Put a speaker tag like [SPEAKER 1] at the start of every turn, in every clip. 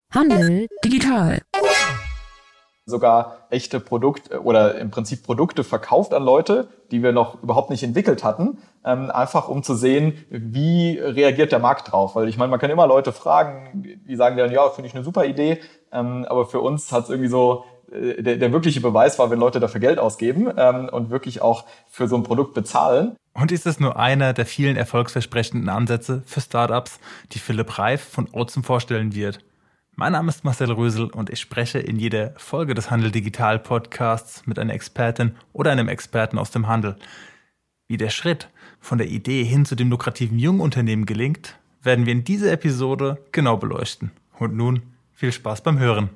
[SPEAKER 1] Handel digital.
[SPEAKER 2] Sogar echte Produkte oder im Prinzip Produkte verkauft an Leute, die wir noch überhaupt nicht entwickelt hatten, einfach um zu sehen, wie reagiert der Markt drauf. Weil ich meine, man kann immer Leute fragen, die sagen dann, ja, finde ich eine super Idee, aber für uns hat es irgendwie so, der wirkliche Beweis war, wenn Leute dafür Geld ausgeben und wirklich auch für so ein Produkt bezahlen.
[SPEAKER 3] Und ist es nur einer der vielen erfolgsversprechenden Ansätze für Startups, die Philipp Reif von Oatsum vorstellen wird. Mein Name ist Marcel Rösel und ich spreche in jeder Folge des Handel Digital Podcasts mit einer Expertin oder einem Experten aus dem Handel. Wie der Schritt von der Idee hin zu dem lukrativen Jungunternehmen gelingt, werden wir in dieser Episode genau beleuchten. Und nun viel Spaß beim Hören.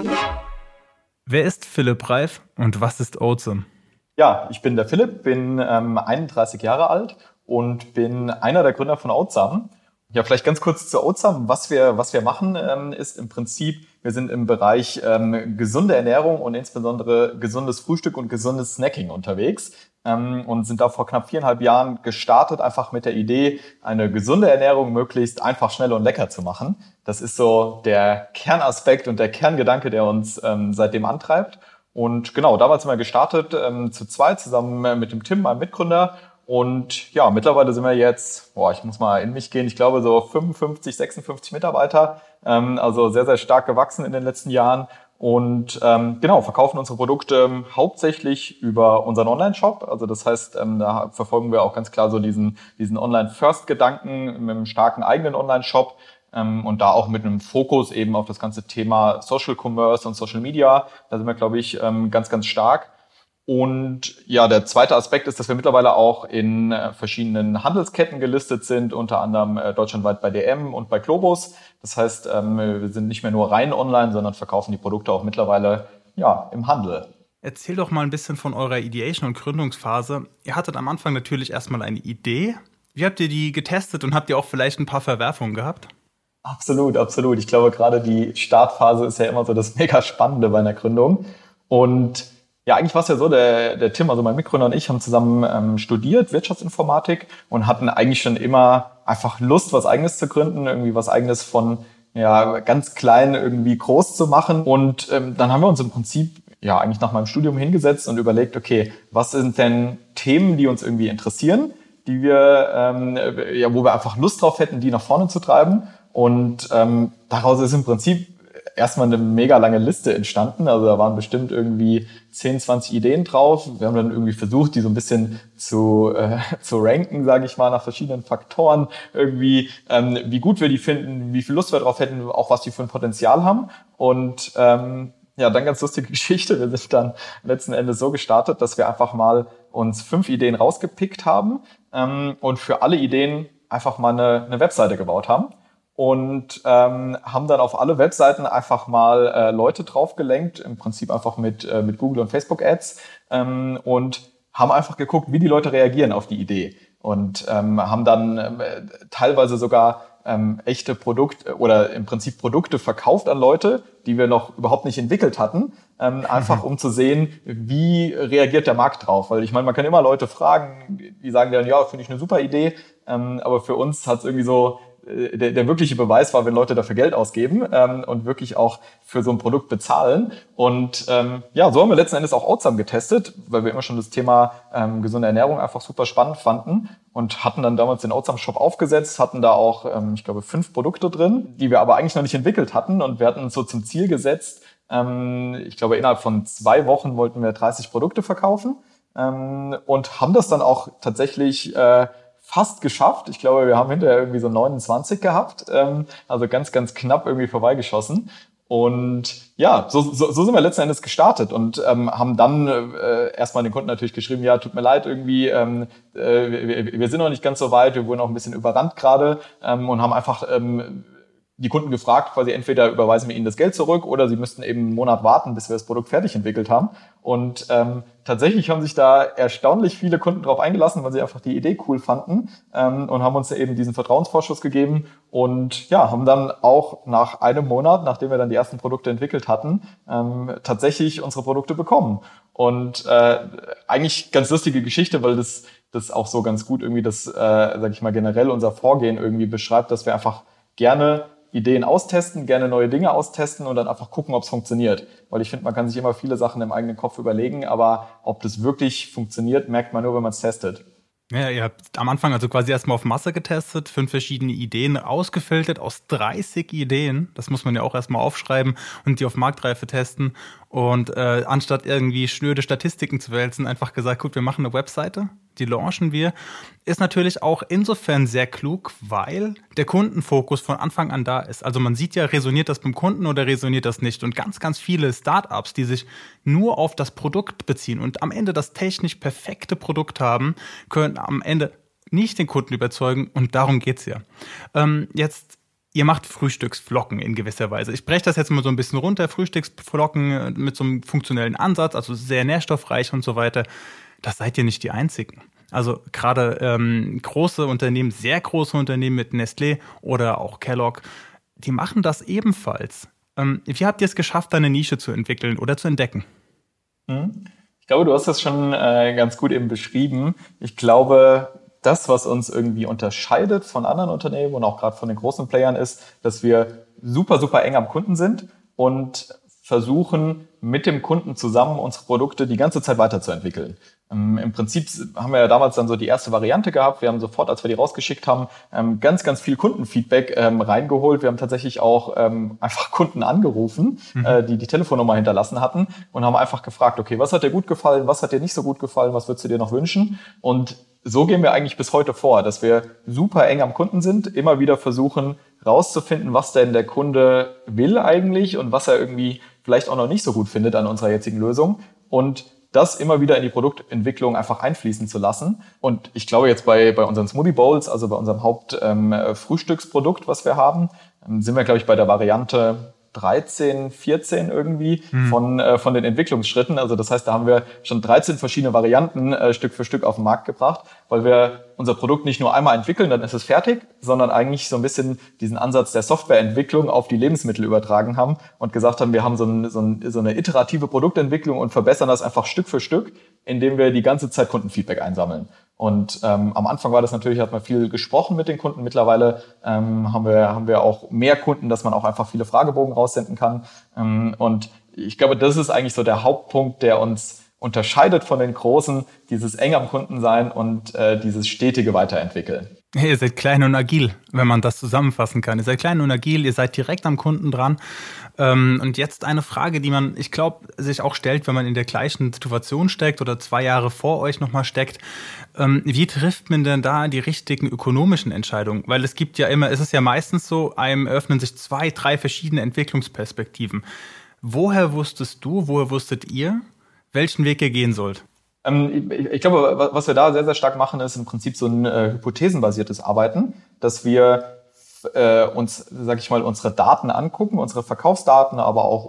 [SPEAKER 3] Wer ist Philipp Reif und was ist Oatsum?
[SPEAKER 2] Ja, ich bin der Philipp, bin 31 Jahre alt und bin einer der Gründer von Oatsum. Ja, vielleicht ganz kurz zu Oatsum. Was wir machen, ist im Prinzip, wir sind im Bereich gesunde Ernährung und insbesondere gesundes Frühstück und gesundes Snacking unterwegs und sind da vor knapp 4,5 Jahren gestartet, einfach mit der Idee, eine gesunde Ernährung möglichst einfach, schnell und lecker zu machen. Das ist so der Kernaspekt und der Kerngedanke, der uns seitdem antreibt. Und genau, damals sind wir gestartet, zu zweit, zusammen mit dem Tim, meinem Mitgründer. Und ja, mittlerweile sind wir jetzt, ich muss mal in mich gehen, ich glaube so 55, 56 Mitarbeiter, also sehr, sehr stark gewachsen in den letzten Jahren. Und genau, verkaufen unsere Produkte hauptsächlich über unseren Online-Shop. Also das heißt, da verfolgen wir auch ganz klar so diesen Online-First-Gedanken mit einem starken eigenen Online-Shop. Und da auch mit einem Fokus eben auf das ganze Thema Social Commerce und Social Media. Da sind wir, glaube ich, ganz, ganz stark. Und ja, der zweite Aspekt ist, dass wir mittlerweile auch in verschiedenen Handelsketten gelistet sind, unter anderem deutschlandweit bei DM und bei Globus. Das heißt, wir sind nicht mehr nur rein online, sondern verkaufen die Produkte auch mittlerweile im Handel.
[SPEAKER 3] Erzähl doch mal ein bisschen von eurer Ideation- und Gründungsphase. Ihr hattet am Anfang natürlich erstmal eine Idee. Wie habt ihr die getestet und habt ihr auch vielleicht ein paar Verwerfungen gehabt?
[SPEAKER 2] Absolut, absolut. Ich glaube, gerade die Startphase ist ja immer so das mega Spannende bei einer Gründung. Und ja, eigentlich war es ja so, der Tim, also mein Mitgründer und ich, haben zusammen studiert, Wirtschaftsinformatik, und hatten eigentlich schon immer einfach Lust, was Eigenes zu gründen, irgendwie was Eigenes von ganz klein irgendwie groß zu machen. Und dann haben wir uns im Prinzip eigentlich nach meinem Studium hingesetzt und überlegt, okay, was sind denn Themen, die uns irgendwie interessieren, die wir, wo wir einfach Lust drauf hätten, die nach vorne zu treiben. Und daraus ist im Prinzip erstmal eine mega lange Liste entstanden. Also da waren bestimmt irgendwie 10, 20 Ideen drauf. Wir haben dann irgendwie versucht, die so ein bisschen zu ranken, sage ich mal, nach verschiedenen Faktoren. Irgendwie, wie gut wir die finden, wie viel Lust wir drauf hätten, auch was die für ein Potenzial haben. Und dann ganz lustige Geschichte. Wir sind dann letzten Endes so gestartet, dass wir einfach mal uns 5 Ideen rausgepickt haben und für alle Ideen einfach mal eine Webseite gebaut haben. Und haben dann auf alle Webseiten einfach mal Leute draufgelenkt, im Prinzip einfach mit Google und Facebook Ads und haben einfach geguckt, wie die Leute reagieren auf die Idee. Und haben dann teilweise sogar echte Produkte oder im Prinzip Produkte verkauft an Leute, die wir noch überhaupt nicht entwickelt hatten, einfach um zu sehen, wie reagiert der Markt drauf. Weil ich meine, man kann immer Leute fragen, die sagen dann, ja, finde ich eine super Idee, aber für uns hat es irgendwie so, der wirkliche Beweis war, wenn Leute dafür Geld ausgeben und wirklich auch für so ein Produkt bezahlen. Und so haben wir letzten Endes auch Oatsum getestet, weil wir immer schon das Thema gesunde Ernährung einfach super spannend fanden und hatten dann damals den Oatsum-Shop aufgesetzt, hatten da auch, 5 Produkte drin, die wir aber eigentlich noch nicht entwickelt hatten. Und wir hatten uns so zum Ziel gesetzt, innerhalb von 2 Wochen wollten wir 30 Produkte verkaufen und haben das dann auch tatsächlich fast geschafft. Ich glaube, wir haben hinterher irgendwie so 29 gehabt. Also ganz, ganz knapp irgendwie vorbeigeschossen. Und ja, so sind wir letzten Endes gestartet und haben dann erstmal den Kunden natürlich geschrieben, ja, tut mir leid, irgendwie, wir sind noch nicht ganz so weit, wir wurden auch ein bisschen überrannt gerade und haben einfach die Kunden gefragt, quasi entweder überweisen wir ihnen das Geld zurück oder sie müssten eben einen Monat warten, bis wir das Produkt fertig entwickelt haben. Und tatsächlich haben sich da erstaunlich viele Kunden drauf eingelassen, weil sie einfach die Idee cool fanden und haben uns eben diesen Vertrauensvorschuss gegeben und haben dann auch nach einem Monat, nachdem wir dann die ersten Produkte entwickelt hatten, tatsächlich unsere Produkte bekommen. Und eigentlich ganz lustige Geschichte, weil das auch so ganz gut irgendwie das, generell unser Vorgehen irgendwie beschreibt, dass wir einfach gerne Ideen austesten, gerne neue Dinge austesten und dann einfach gucken, ob es funktioniert. Weil ich finde, man kann sich immer viele Sachen im eigenen Kopf überlegen, aber ob das wirklich funktioniert, merkt man nur, wenn man es testet.
[SPEAKER 3] Ja, ihr habt am Anfang also quasi erstmal auf Masse getestet, 5 verschiedene Ideen ausgefiltert aus 30 Ideen. Das muss man ja auch erstmal aufschreiben und die auf Marktreife testen. Und anstatt irgendwie schnöde Statistiken zu wälzen, einfach gesagt, gut, wir machen eine Webseite, die launchen wir. Ist natürlich auch insofern sehr klug, weil der Kundenfokus von Anfang an da ist. Also man sieht ja, resoniert das beim Kunden oder resoniert das nicht? Und ganz, ganz viele Startups, die sich nur auf das Produkt beziehen und am Ende das technisch perfekte Produkt haben, können am Ende nicht den Kunden überzeugen. Und darum geht's ja. Ihr macht Frühstücksflocken in gewisser Weise. Ich breche das jetzt mal so ein bisschen runter. Frühstücksflocken mit so einem funktionellen Ansatz, also sehr nährstoffreich und so weiter. Das seid ihr nicht die Einzigen. Also gerade große Unternehmen, sehr große Unternehmen mit Nestlé oder auch Kellogg, die machen das ebenfalls. Wie habt ihr es geschafft, eine Nische zu entwickeln oder zu entdecken?
[SPEAKER 2] Ich glaube, du hast das schon ganz gut eben beschrieben. Ich glaube, das, was uns irgendwie unterscheidet von anderen Unternehmen und auch gerade von den großen Playern ist, dass wir super, super eng am Kunden sind und versuchen, mit dem Kunden zusammen unsere Produkte die ganze Zeit weiterzuentwickeln. Im Prinzip haben wir ja damals dann so die erste Variante gehabt. Wir haben sofort, als wir die rausgeschickt haben, ganz, ganz viel Kundenfeedback reingeholt. Wir haben tatsächlich auch einfach Kunden angerufen, die die Telefonnummer hinterlassen hatten und haben einfach gefragt, okay, was hat dir gut gefallen, was hat dir nicht so gut gefallen, was würdest du dir noch wünschen? Und so gehen wir eigentlich bis heute vor, dass wir super eng am Kunden sind, immer wieder versuchen rauszufinden, was denn der Kunde will eigentlich und was er irgendwie vielleicht auch noch nicht so gut findet an unserer jetzigen Lösung und das immer wieder in die Produktentwicklung einfach einfließen zu lassen. Und ich glaube jetzt bei unseren Smoothie Bowls, also bei unserem Hauptfrühstücksprodukt, was wir haben, sind wir, glaube ich, bei der Variante 13, 14 irgendwie von den Entwicklungsschritten. Also das heißt, da haben wir schon 13 verschiedene Varianten Stück für Stück auf den Markt gebracht, weil wir unser Produkt nicht nur einmal entwickeln, dann ist es fertig, sondern eigentlich so ein bisschen diesen Ansatz der Softwareentwicklung auf die Lebensmittel übertragen haben und gesagt haben, wir haben so eine iterative Produktentwicklung und verbessern das einfach Stück für Stück, indem wir die ganze Zeit Kundenfeedback einsammeln. Und am Anfang war das natürlich, hat man viel gesprochen mit den Kunden. Mittlerweile haben wir auch mehr Kunden, dass man auch einfach viele Fragebogen raussenden kann. Und ich glaube, das ist eigentlich so der Hauptpunkt, der uns unterscheidet von den Großen, dieses eng am Kunden sein und dieses stetige Weiterentwickeln.
[SPEAKER 3] Hey, ihr seid klein und agil, wenn man das zusammenfassen kann. Ihr seid klein und agil, ihr seid direkt am Kunden dran. Und jetzt eine Frage, die man, ich glaube, sich auch stellt, wenn man in der gleichen Situation steckt oder 2 Jahre vor euch nochmal steckt. Wie trifft man denn da die richtigen ökonomischen Entscheidungen? Weil es gibt ja immer, es ist ja meistens so, einem öffnen sich 2, 3 verschiedene Entwicklungsperspektiven. Woher wusstet ihr, welchen Weg ihr gehen sollt?
[SPEAKER 2] Ich glaube, was wir da sehr, sehr stark machen, ist im Prinzip so ein hypothesenbasiertes Arbeiten, dass wir uns, sage ich mal, unsere Daten angucken, unsere Verkaufsdaten, aber auch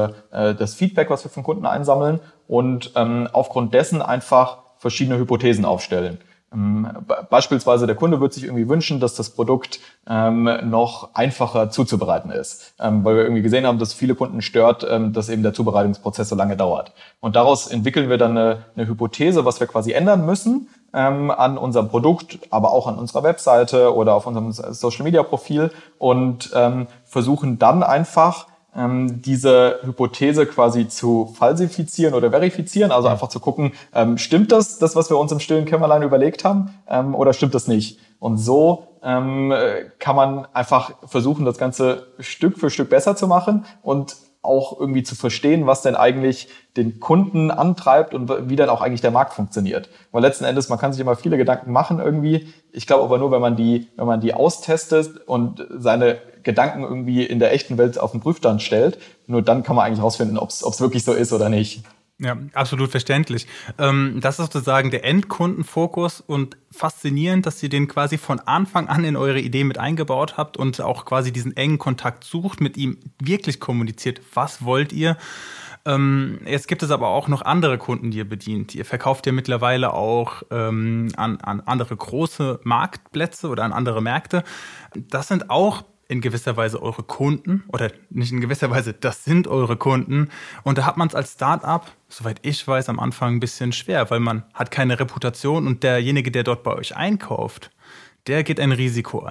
[SPEAKER 2] das Feedback, was wir von Kunden einsammeln und aufgrund dessen einfach verschiedene Hypothesen aufstellen. Beispielsweise der Kunde wird sich irgendwie wünschen, dass das Produkt noch einfacher zuzubereiten ist, weil wir irgendwie gesehen haben, dass viele Kunden stört, dass eben der Zubereitungsprozess so lange dauert. Und daraus entwickeln wir dann eine Hypothese, was wir quasi ändern müssen an unserem Produkt, aber auch an unserer Webseite oder auf unserem Social-Media-Profil und versuchen dann einfach diese Hypothese quasi zu falsifizieren oder verifizieren, also einfach zu gucken, stimmt das, was wir uns im stillen Kämmerlein überlegt haben, oder stimmt das nicht? Und so kann man einfach versuchen, das Ganze Stück für Stück besser zu machen und auch irgendwie zu verstehen, was denn eigentlich den Kunden antreibt und wie dann auch eigentlich der Markt funktioniert. Weil letzten Endes, man kann sich immer viele Gedanken machen irgendwie. Ich glaube aber nur, wenn man die austestet und seine Gedanken irgendwie in der echten Welt auf den Prüfstand stellt, nur dann kann man eigentlich rausfinden, ob es wirklich so ist oder nicht.
[SPEAKER 3] Ja, absolut verständlich. Das ist sozusagen der Endkundenfokus und faszinierend, dass ihr den quasi von Anfang an in eure Idee mit eingebaut habt und auch quasi diesen engen Kontakt sucht, mit ihm wirklich kommuniziert, was wollt ihr. Jetzt gibt es aber auch noch andere Kunden, die ihr bedient. Ihr verkauft ja mittlerweile auch an andere große Marktplätze oder an andere Märkte. Das sind auch in gewisser Weise eure Kunden oder nicht in gewisser Weise, das sind eure Kunden. Und da hat man es als Start-up, soweit ich weiß, am Anfang ein bisschen schwer, weil man hat keine Reputation und derjenige, der dort bei euch einkauft, der geht ein Risiko ein.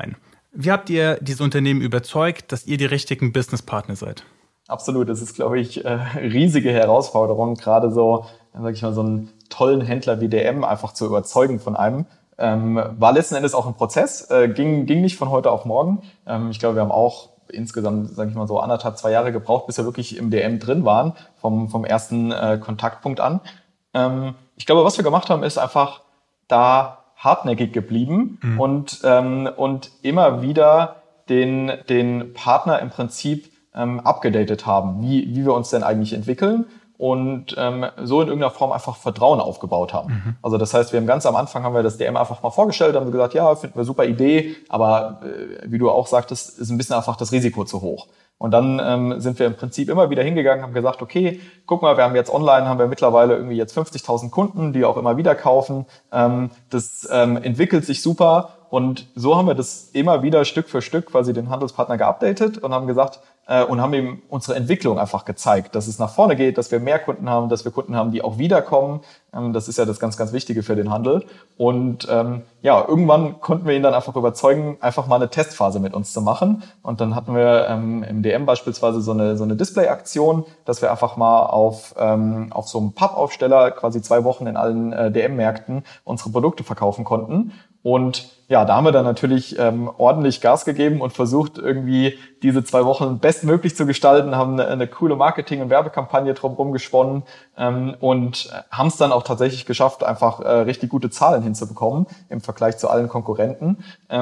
[SPEAKER 3] Wie habt ihr diese Unternehmen überzeugt, dass ihr die richtigen Businesspartner seid?
[SPEAKER 2] Absolut, das ist, glaube ich, riesige Herausforderung, gerade so, sag ich mal, so einen tollen Händler wie DM einfach zu überzeugen von einem. War letzten Endes auch ein Prozess, ging nicht von heute auf morgen. Ich glaube, wir haben auch insgesamt, sage ich mal so, 1,5, 2 Jahre gebraucht, bis wir wirklich im DM drin waren, vom ersten Kontaktpunkt an. Ich glaube, was wir gemacht haben, ist einfach da hartnäckig geblieben und immer wieder den Partner im Prinzip abgedatet haben, wie wir uns denn eigentlich entwickeln und so in irgendeiner Form einfach Vertrauen aufgebaut haben. Also das heißt, wir haben ganz am Anfang haben wir das DM einfach mal vorgestellt, haben gesagt, ja, finden wir super Idee, aber wie du auch sagtest, ist ein bisschen einfach das Risiko zu hoch. Und dann sind wir im Prinzip immer wieder hingegangen, haben gesagt, okay, guck mal, wir haben jetzt online, haben wir mittlerweile irgendwie jetzt 50.000 Kunden, die auch immer wieder kaufen. Das entwickelt sich super. Und so haben wir das immer wieder Stück für Stück quasi den Handelspartner geupdatet und haben gesagt, und haben ihm unsere Entwicklung einfach gezeigt, dass es nach vorne geht, dass wir mehr Kunden haben, dass wir Kunden haben, die auch wiederkommen. Das ist ja das ganz, ganz Wichtige für den Handel. Und ja, irgendwann konnten wir ihn dann einfach überzeugen, einfach mal eine Testphase mit uns zu machen. Und dann hatten wir im DM beispielsweise so eine Display-Aktion, dass wir einfach mal auf so einem Pappaufsteller quasi 2 Wochen in allen DM-Märkten unsere Produkte verkaufen konnten. Und ja, da haben wir dann natürlich ordentlich Gas gegeben und versucht, irgendwie diese 2 Wochen bestmöglich zu gestalten, haben eine coole Marketing- und Werbekampagne drumherum gesponnen und haben es dann auch tatsächlich geschafft, einfach richtig gute Zahlen hinzubekommen im Vergleich zu allen Konkurrenten.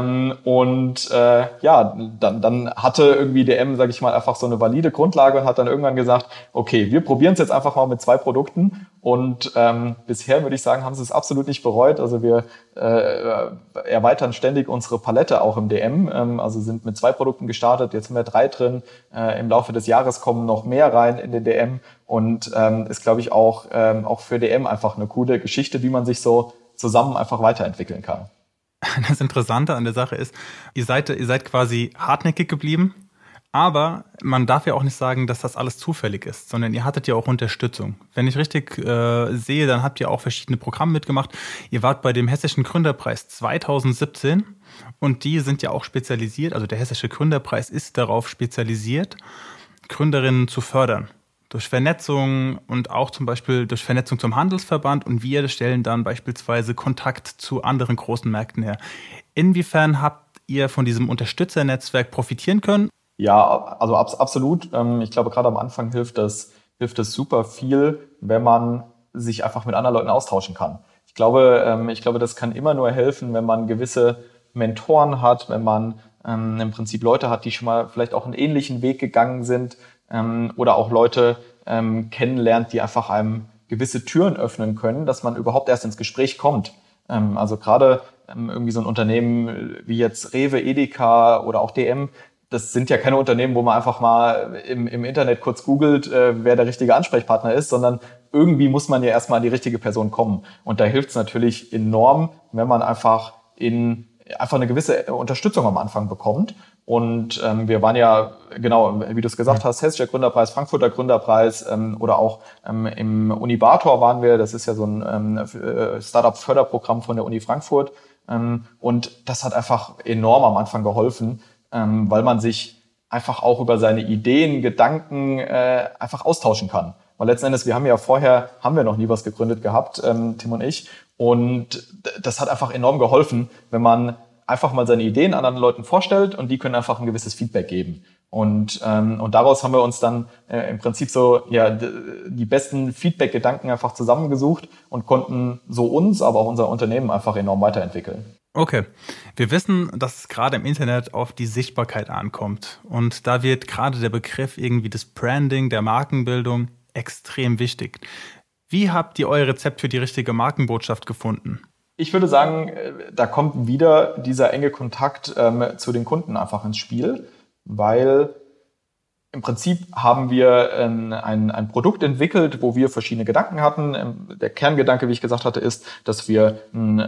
[SPEAKER 2] Ja, dann hatte irgendwie DM, sage ich mal, einfach so eine valide Grundlage und hat dann irgendwann gesagt, okay, wir probieren es jetzt einfach mal mit 2 Produkten. Und bisher würde ich sagen, haben sie es absolut nicht bereut. Also wir erweitern ständig unsere Palette auch im DM. Also sind mit 2 Produkten gestartet, jetzt sind wir 3 drin. Im Laufe des Jahres kommen noch mehr rein in den DM. Und ist, glaube ich, auch für DM einfach eine coole Geschichte, wie man sich so zusammen einfach weiterentwickeln kann.
[SPEAKER 3] Das Interessante an der Sache ist, ihr seid quasi hartnäckig geblieben. Aber man darf ja auch nicht sagen, dass das alles zufällig ist, sondern ihr hattet ja auch Unterstützung. Wenn ich richtig sehe, dann habt ihr auch verschiedene Programme mitgemacht. Ihr wart bei dem Hessischen Gründerpreis 2017 und die sind ja auch spezialisiert, also der Hessische Gründerpreis ist darauf spezialisiert, Gründerinnen zu fördern. Durch Vernetzung und auch zum Beispiel durch Vernetzung zum Handelsverband und wir stellen dann beispielsweise Kontakt zu anderen großen Märkten her. Inwiefern habt ihr von diesem Unterstützernetzwerk profitieren können?
[SPEAKER 2] Ja, also absolut. Ich glaube, gerade am Anfang hilft es super viel, wenn man sich einfach mit anderen Leuten austauschen kann. Ich glaube, das kann immer nur helfen, wenn man gewisse Mentoren hat, wenn man im Prinzip Leute hat, die schon mal vielleicht auch einen ähnlichen Weg gegangen sind oder auch Leute kennenlernt, die einfach einem gewisse Türen öffnen können, dass man überhaupt erst ins Gespräch kommt. Also gerade irgendwie so ein Unternehmen wie jetzt Rewe, Edeka oder auch DM, das sind ja keine Unternehmen, wo man einfach mal im Internet kurz googelt, wer der richtige Ansprechpartner ist, sondern irgendwie muss man ja erstmal an die richtige Person kommen. Und da hilft es natürlich enorm, wenn man einfach eine gewisse Unterstützung am Anfang bekommt. Und wir waren ja, genau, wie du es gesagt hast, Hessischer Gründerpreis, Frankfurter Gründerpreis oder auch im Unibator waren wir. Das ist ja so ein Startup-Förderprogramm von der Uni Frankfurt. Und das hat einfach enorm am Anfang geholfen, weil man sich einfach auch über seine Ideen, Gedanken einfach austauschen kann. Weil letzten Endes, haben wir noch nie was gegründet gehabt, Tim und ich. Und das hat einfach enorm geholfen, wenn man einfach mal seine Ideen anderen Leuten vorstellt und die können einfach ein gewisses Feedback geben. Und daraus haben wir uns dann im Prinzip so die besten Feedback-Gedanken einfach zusammengesucht und konnten so uns, aber auch unser Unternehmen einfach enorm weiterentwickeln.
[SPEAKER 3] Okay, wir wissen, dass es gerade im Internet auf die Sichtbarkeit ankommt. Und da wird gerade der Begriff irgendwie des Branding, der Markenbildung extrem wichtig. Wie habt ihr euer Rezept für die richtige Markenbotschaft gefunden?
[SPEAKER 2] Ich würde sagen, da kommt wieder dieser enge Kontakt zu den Kunden einfach ins Spiel, weil im Prinzip haben wir ein Produkt entwickelt, wo wir verschiedene Gedanken hatten. Der Kerngedanke, wie ich gesagt hatte, ist, dass wir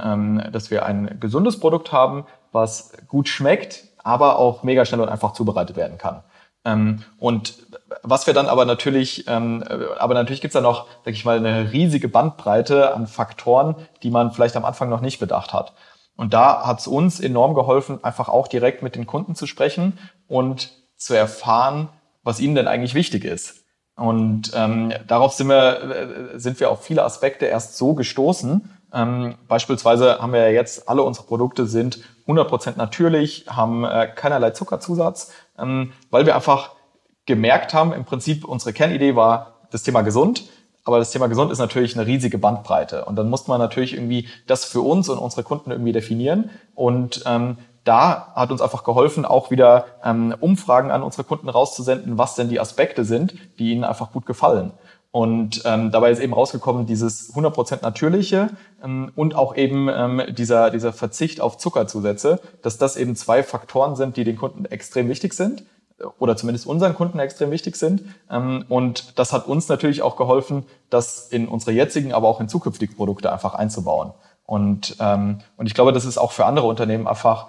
[SPEAKER 2] ein gesundes Produkt haben, was gut schmeckt, aber auch mega schnell und einfach zubereitet werden kann. Und was wir dann aber natürlich gibt's da noch, sag ich mal, eine riesige Bandbreite an Faktoren, die man vielleicht am Anfang noch nicht bedacht hat. Und da hat es uns enorm geholfen, einfach auch direkt mit den Kunden zu sprechen und zu erfahren, was ihnen denn eigentlich wichtig ist. Und darauf sind wir auf viele Aspekte erst so gestoßen. Beispielsweise haben wir ja jetzt, alle unsere Produkte sind 100% natürlich, haben keinerlei Zuckerzusatz, weil wir einfach gemerkt haben, im Prinzip unsere Kernidee war das Thema gesund. Aber das Thema gesund ist natürlich eine riesige Bandbreite. Und dann muss man natürlich irgendwie das für uns und unsere Kunden irgendwie definieren. Und da hat uns einfach geholfen, auch wieder Umfragen an unsere Kunden rauszusenden, was denn die Aspekte sind, die ihnen einfach gut gefallen. Und dabei ist eben rausgekommen, dieses 100% Natürliche und auch eben dieser Verzicht auf Zuckerzusätze, dass das eben 2 Faktoren sind, die den Kunden extrem wichtig sind oder zumindest unseren Kunden extrem wichtig sind. Und das hat uns natürlich auch geholfen, das in unsere jetzigen, aber auch in zukünftige Produkte einfach einzubauen. Und ich glaube, das ist auch für andere Unternehmen einfach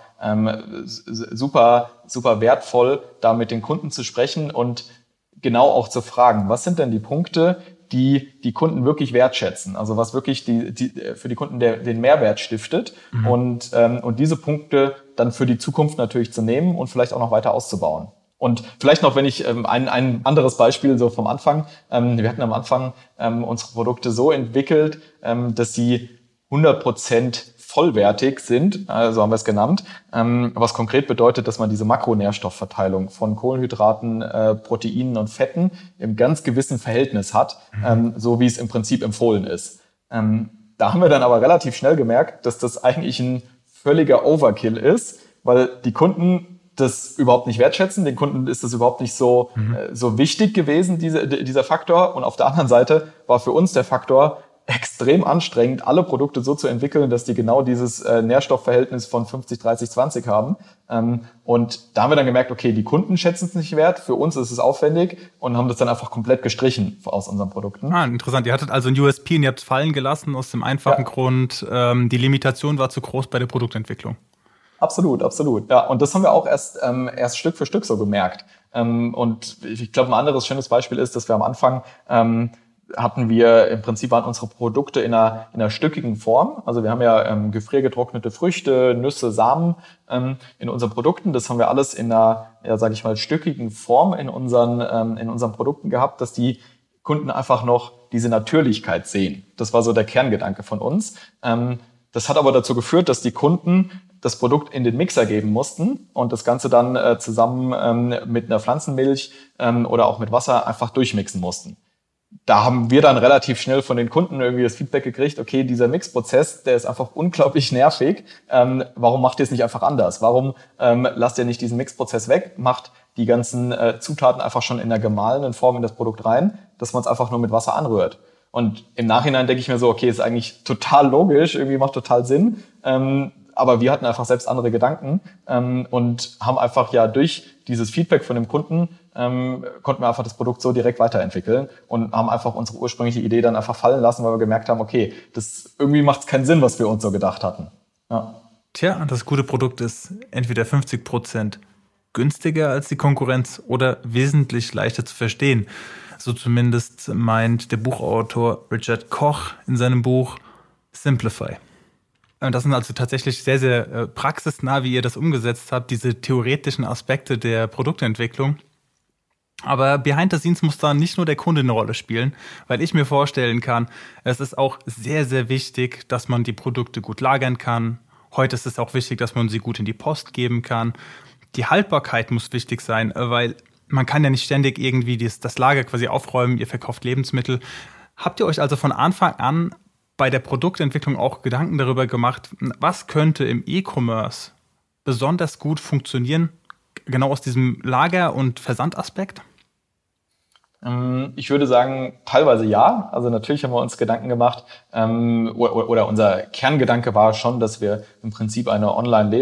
[SPEAKER 2] super, super wertvoll, da mit den Kunden zu sprechen und genau auch zu fragen, was sind denn die Punkte, die die Kunden wirklich wertschätzen, also was wirklich für die Kunden den Mehrwert stiftet und diese Punkte dann für die Zukunft natürlich zu nehmen und vielleicht auch noch weiter auszubauen. Und vielleicht noch, wenn ich ein anderes Beispiel so vom Anfang, wir hatten am Anfang unsere Produkte so entwickelt, dass sie 100% vollwertig sind, so haben wir es genannt, was konkret bedeutet, dass man diese Makronährstoffverteilung von Kohlenhydraten, Proteinen und Fetten im ganz gewissen Verhältnis hat, so wie es im Prinzip empfohlen ist. Da haben wir dann aber relativ schnell gemerkt, dass das eigentlich ein völliger Overkill ist, weil die Kunden das überhaupt nicht wertschätzen. Den Kunden ist das überhaupt nicht so wichtig gewesen, dieser Faktor. Und auf der anderen Seite war für uns der Faktor extrem anstrengend, alle Produkte so zu entwickeln, dass die genau dieses Nährstoffverhältnis von 50, 30, 20 haben. Und da haben wir dann gemerkt, okay, die Kunden schätzen es nicht wert, für uns ist es aufwendig und haben das dann einfach komplett gestrichen aus unseren Produkten.
[SPEAKER 3] Interessant. Ihr hattet also ein USP und ihr habt es fallen gelassen aus dem einfachen Grund, die Limitation war zu groß bei der Produktentwicklung.
[SPEAKER 2] Absolut, absolut. Ja, und das haben wir auch erst Stück für Stück so gemerkt. Und ich glaube, ein anderes schönes Beispiel ist, dass wir am Anfang waren unsere Produkte in einer stückigen Form. Also wir haben ja gefriergetrocknete Früchte, Nüsse, Samen in unseren Produkten. Das haben wir alles in einer, sage ich mal, stückigen Form in unseren Produkten gehabt, dass die Kunden einfach noch diese Natürlichkeit sehen. Das war so der Kerngedanke von uns. Das hat aber dazu geführt, dass die Kunden das Produkt in den Mixer geben mussten und das Ganze dann zusammen mit einer Pflanzenmilch oder auch mit Wasser einfach durchmixen mussten. Da haben wir dann relativ schnell von den Kunden irgendwie das Feedback gekriegt, okay, dieser Mixprozess, der ist einfach unglaublich nervig. Warum macht ihr es nicht einfach anders? Warum lasst ihr nicht diesen Mixprozess weg, macht die ganzen Zutaten einfach schon in der gemahlenen Form in das Produkt rein, dass man es einfach nur mit Wasser anrührt? Und im Nachhinein denke ich mir so, okay, ist eigentlich total logisch, irgendwie macht total Sinn. Aber wir hatten einfach selbst andere Gedanken und haben einfach durch dieses Feedback von dem Kunden konnten wir einfach das Produkt so direkt weiterentwickeln und haben einfach unsere ursprüngliche Idee dann einfach fallen lassen, weil wir gemerkt haben, okay, das irgendwie macht es keinen Sinn, was wir uns so gedacht hatten. Ja.
[SPEAKER 3] Tja, das gute Produkt ist entweder 50% günstiger als die Konkurrenz oder wesentlich leichter zu verstehen. So zumindest meint der Buchautor Richard Koch in seinem Buch Simplify. Das sind also tatsächlich sehr, sehr praxisnah, wie ihr das umgesetzt habt, diese theoretischen Aspekte der Produktentwicklung. Aber behind the scenes muss da nicht nur der Kunde eine Rolle spielen, weil ich mir vorstellen kann, es ist auch sehr, sehr wichtig, dass man die Produkte gut lagern kann. Heute ist es auch wichtig, dass man sie gut in die Post geben kann. Die Haltbarkeit muss wichtig sein, weil man kann ja nicht ständig irgendwie das Lager quasi aufräumen, ihr verkauft Lebensmittel. Habt ihr euch also von Anfang an bei der Produktentwicklung auch Gedanken darüber gemacht, was könnte im E-Commerce besonders gut funktionieren, genau aus diesem Lager- und Versandaspekt?
[SPEAKER 2] Ich würde sagen, teilweise ja. Also natürlich haben wir uns Gedanken gemacht oder unser Kerngedanke war schon, dass wir im Prinzip eine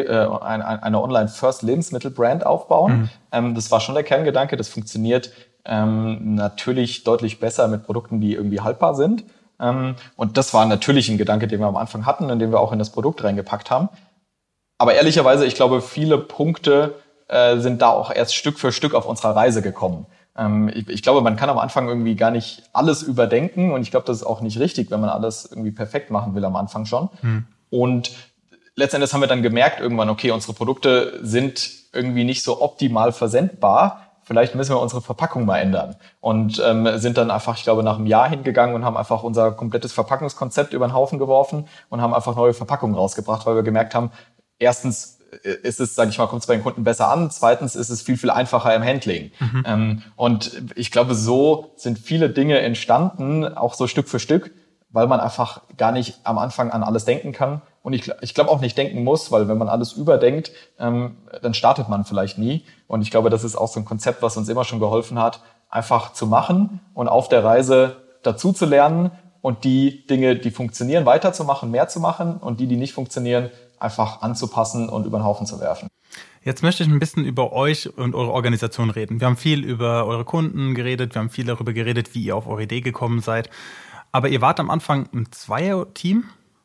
[SPEAKER 2] Online-First-Lebensmittel-Brand aufbauen. Das war schon der Kerngedanke. Das funktioniert natürlich deutlich besser mit Produkten, die irgendwie haltbar sind. Und das war natürlich ein Gedanke, den wir am Anfang hatten und den wir auch in das Produkt reingepackt haben. Aber ehrlicherweise, ich glaube, viele Punkte sind da auch erst Stück für Stück auf unserer Reise gekommen. Ich glaube, man kann am Anfang irgendwie gar nicht alles überdenken und ich glaube, das ist auch nicht richtig, wenn man alles irgendwie perfekt machen will am Anfang schon. Und letzten Endes haben wir dann gemerkt irgendwann, okay, unsere Produkte sind irgendwie nicht so optimal versendbar. Vielleicht müssen wir unsere Verpackung mal ändern. Und sind dann einfach, ich glaube, nach einem Jahr hingegangen und haben einfach unser komplettes Verpackungskonzept über den Haufen geworfen und haben einfach neue Verpackungen rausgebracht, weil wir gemerkt haben, erstens ist es, sage ich mal, kommt es bei den Kunden besser an. Zweitens ist es viel, viel einfacher im Handling. Und ich glaube, so sind viele Dinge entstanden, auch so Stück für Stück, weil man einfach gar nicht am Anfang an alles denken kann. Und ich glaube auch nicht denken muss, weil wenn man alles überdenkt, dann startet man vielleicht nie. Und ich glaube, das ist auch so ein Konzept, was uns immer schon geholfen hat, einfach zu machen und auf der Reise dazu zu lernen und die Dinge, die funktionieren, weiterzumachen, mehr zu machen und die nicht funktionieren, einfach anzupassen und über den Haufen zu werfen.
[SPEAKER 3] Jetzt möchte ich ein bisschen über euch und eure Organisation reden. Wir haben viel über eure Kunden geredet, wir haben viel darüber geredet, wie ihr auf eure Idee gekommen seid. Aber ihr wart am Anfang ein Zweierteam?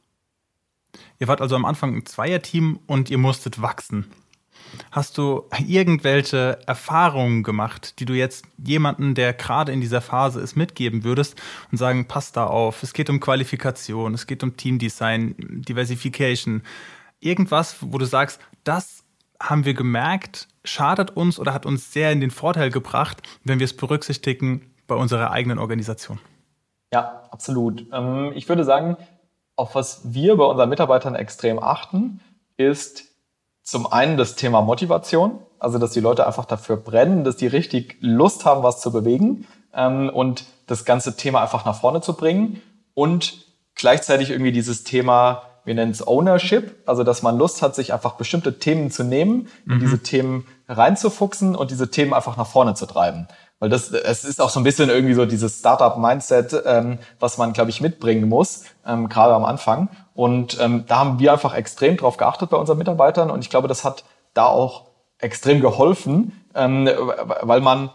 [SPEAKER 3] Ihr wart also am Anfang ein Zweierteam und ihr musstet wachsen. Hast du irgendwelche Erfahrungen gemacht, die du jetzt jemanden, der gerade in dieser Phase ist, mitgeben würdest und sagen, pass da auf, es geht um Qualifikation, es geht um Teamdesign, Diversification. Irgendwas, wo du sagst, das haben wir gemerkt, schadet uns oder hat uns sehr in den Vorteil gebracht, wenn wir es berücksichtigen bei unserer eigenen Organisation?
[SPEAKER 2] Ja, absolut. Ich würde sagen, auf was wir bei unseren Mitarbeitern extrem achten, ist zum einen das Thema Motivation, also dass die Leute einfach dafür brennen, dass die richtig Lust haben, was zu bewegen und das ganze Thema einfach nach vorne zu bringen und gleichzeitig irgendwie dieses Thema, wir nennen es Ownership, also dass man Lust hat, sich einfach bestimmte Themen zu nehmen, in diese Themen reinzufuchsen und diese Themen einfach nach vorne zu treiben. Weil es ist auch so ein bisschen irgendwie so dieses Startup-Mindset, was man, glaube ich, mitbringen muss, gerade am Anfang. Und da haben wir einfach extrem drauf geachtet bei unseren Mitarbeitern. Und ich glaube, das hat da auch extrem geholfen, weil man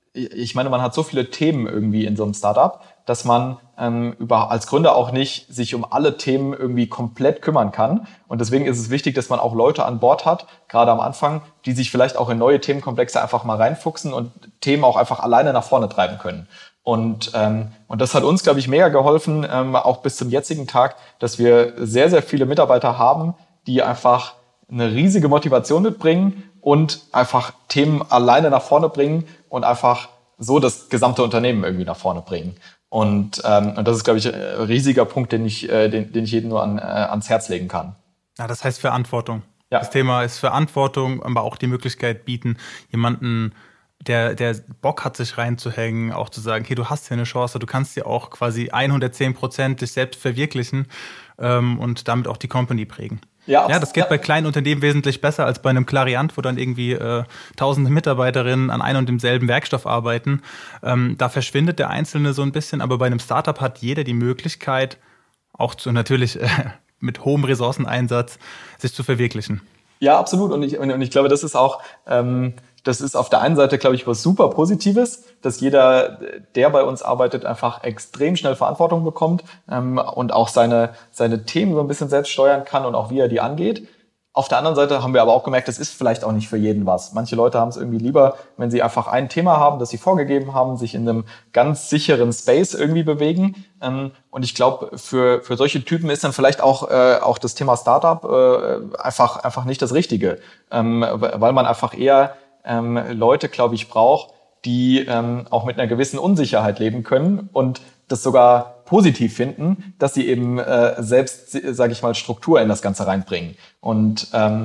[SPEAKER 2] hat so viele Themen irgendwie in so einem Startup, dass man als Gründer auch nicht sich um alle Themen irgendwie komplett kümmern kann. Und deswegen ist es wichtig, dass man auch Leute an Bord hat, gerade am Anfang, die sich vielleicht auch in neue Themenkomplexe einfach mal reinfuchsen und Themen auch einfach alleine nach vorne treiben können. Und das hat uns, glaube ich, mega geholfen, auch bis zum jetzigen Tag, dass wir sehr, sehr viele Mitarbeiter haben, die einfach eine riesige Motivation mitbringen und einfach Themen alleine nach vorne bringen und einfach so das gesamte Unternehmen irgendwie nach vorne bringen. Und das ist, glaube ich, ein riesiger Punkt, den ich jedem nur ans Herz legen kann.
[SPEAKER 3] Ja, das heißt Verantwortung.
[SPEAKER 2] Ja.
[SPEAKER 3] Das Thema ist Verantwortung, aber auch die Möglichkeit bieten, jemanden, der Bock hat, sich reinzuhängen, auch zu sagen, hey, du hast hier eine Chance, du kannst dir auch quasi 110% dich selbst verwirklichen und damit auch die Company prägen. Ja, das geht bei kleinen Unternehmen wesentlich besser als bei einem Clariant, wo dann irgendwie tausende Mitarbeiterinnen an einem und demselben Werkstoff arbeiten. Da verschwindet der Einzelne so ein bisschen, aber bei einem Startup hat jeder die Möglichkeit, auch natürlich mit hohem Ressourceneinsatz, sich zu verwirklichen.
[SPEAKER 2] Ja, absolut. Und ich glaube, das ist auch das ist auf der einen Seite, glaube ich, was super Positives, dass jeder, der bei uns arbeitet, einfach extrem schnell Verantwortung bekommt und auch seine Themen so ein bisschen selbst steuern kann und auch wie er die angeht. Auf der anderen Seite haben wir aber auch gemerkt, das ist vielleicht auch nicht für jeden was. Manche Leute haben es irgendwie lieber, wenn sie einfach ein Thema haben, das sie vorgegeben haben, sich in einem ganz sicheren Space irgendwie bewegen. Und ich glaube, für solche Typen ist dann vielleicht auch das Thema Startup einfach nicht das Richtige, weil man einfach eher Leute, glaube ich, braucht, die auch mit einer gewissen Unsicherheit leben können und das sogar positiv finden, dass sie eben selbst, sage ich mal, Struktur in das Ganze reinbringen. Und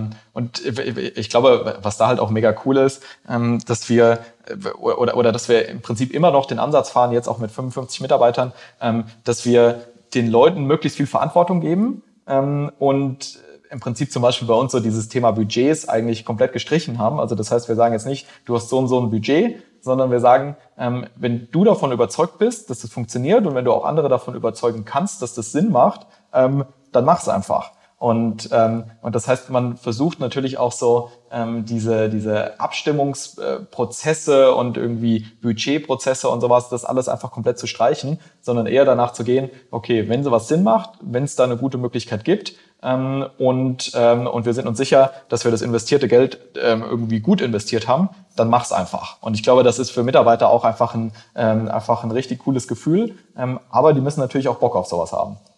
[SPEAKER 2] ich glaube, was da halt auch mega cool ist, dass wir dass wir im Prinzip immer noch den Ansatz fahren, jetzt auch mit 55 Mitarbeitern, dass wir den Leuten möglichst viel Verantwortung geben und im Prinzip zum Beispiel bei uns so dieses Thema Budgets eigentlich komplett gestrichen haben. Also das heißt, wir sagen jetzt nicht, du hast so und so ein Budget, sondern wir sagen, wenn du davon überzeugt bist, dass das funktioniert und wenn du auch andere davon überzeugen kannst, dass das Sinn macht, dann mach's einfach. Und das heißt, man versucht natürlich auch so diese Abstimmungsprozesse und irgendwie Budgetprozesse und sowas, das alles einfach komplett zu streichen, sondern eher danach zu gehen, okay, wenn sowas Sinn macht, wenn es da eine gute Möglichkeit gibt und wir sind uns sicher, dass wir das investierte Geld irgendwie gut investiert haben, dann mach's einfach. Und ich glaube, das ist für Mitarbeiter auch einfach ein richtig cooles Gefühl, aber die müssen natürlich auch Bock auf sowas haben.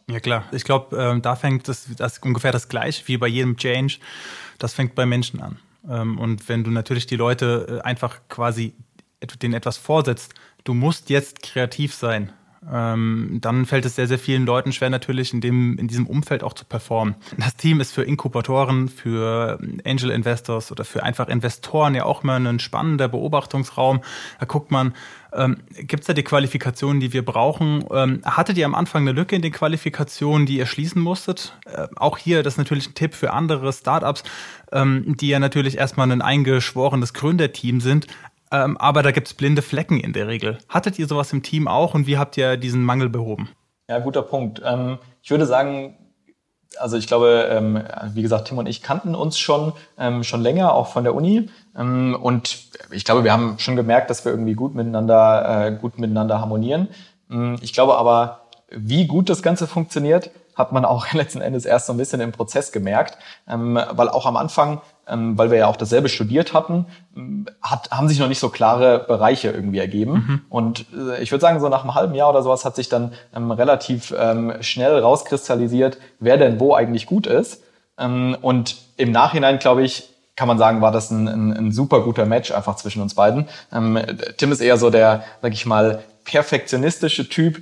[SPEAKER 3] Ja klar, ich glaube, da fängt das ungefähr das Gleiche wie bei jedem Change, das fängt bei Menschen an. Und wenn du natürlich die Leute einfach quasi denen etwas vorsetzt, du musst jetzt kreativ sein, dann fällt es sehr, sehr vielen Leuten schwer, natürlich in diesem Umfeld auch zu performen. Das Team ist für Inkubatoren, für Angel Investors oder für einfach Investoren ja auch immer ein spannender Beobachtungsraum. Da guckt man, gibt es da die Qualifikationen, die wir brauchen? Hattet ihr am Anfang eine Lücke in den Qualifikationen, die ihr schließen musstet? Auch hier, das ist natürlich ein Tipp für andere Startups, die ja natürlich erstmal ein eingeschworenes Gründerteam sind. Aber da gibt es blinde Flecken in der Regel. Hattet ihr sowas im Team auch und wie habt ihr diesen Mangel behoben?
[SPEAKER 2] Ja, guter Punkt. Ich würde sagen, also ich glaube, wie gesagt, Tim und ich kannten uns schon länger, auch von der Uni. Und ich glaube, wir haben schon gemerkt, dass wir irgendwie gut miteinander harmonieren. Ich glaube aber, wie gut das Ganze funktioniert, hat man auch letzten Endes erst so ein bisschen im Prozess gemerkt. Weil auch am Anfang, weil wir ja auch dasselbe studiert hatten, haben sich noch nicht so klare Bereiche irgendwie ergeben. Mhm. Und ich würde sagen, so nach einem halben Jahr oder sowas hat sich dann relativ schnell rauskristallisiert, wer denn wo eigentlich gut ist. Und im Nachhinein, glaube ich, kann man sagen, war das ein super guter Match einfach zwischen uns beiden. Tim ist eher so der, sag ich mal, perfektionistische Typ,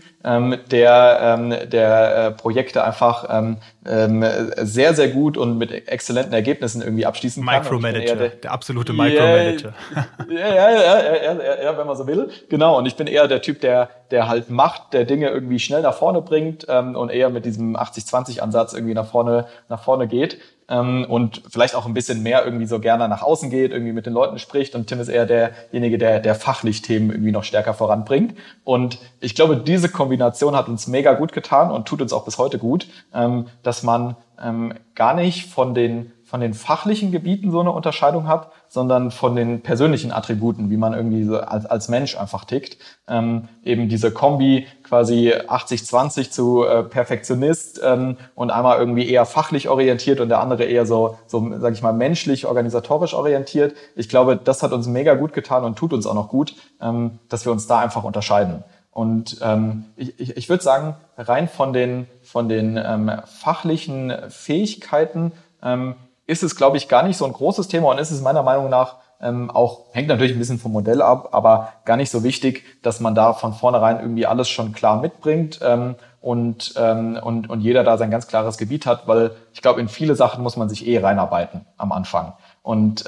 [SPEAKER 2] der Projekte einfach sehr, sehr gut und mit exzellenten Ergebnissen irgendwie abschließen kann.
[SPEAKER 3] Micromanager, der absolute Micromanager.
[SPEAKER 2] Ja, wenn man so will. Genau, und ich bin eher der Typ, der halt macht, der Dinge irgendwie schnell nach vorne bringt und eher mit diesem 80-20-Ansatz irgendwie nach vorne geht. Und vielleicht auch ein bisschen mehr irgendwie so gerne nach außen geht, irgendwie mit den Leuten spricht. Und Tim ist eher derjenige, der fachlich Themen irgendwie noch stärker voranbringt. Und ich glaube, diese Kombination hat uns mega gut getan und tut uns auch bis heute gut, dass man gar nicht von den fachlichen Gebieten so eine Unterscheidung hat, sondern von den persönlichen Attributen, wie man irgendwie so als Mensch einfach tickt. Eben diese Kombi quasi 80-20 zu Perfektionist und einmal irgendwie eher fachlich orientiert und der andere eher so sag ich mal, menschlich, organisatorisch orientiert. Ich glaube, das hat uns mega gut getan und tut uns auch noch gut, dass wir uns da einfach unterscheiden. Und ich würde sagen, rein von den fachlichen Fähigkeiten ist es, glaube ich, gar nicht so ein großes Thema und ist es meiner Meinung nach auch, hängt natürlich ein bisschen vom Modell ab, aber gar nicht so wichtig, dass man da von vornherein irgendwie alles schon klar mitbringt und jeder da sein ganz klares Gebiet hat, weil ich glaube, in viele Sachen muss man sich reinarbeiten am Anfang. Und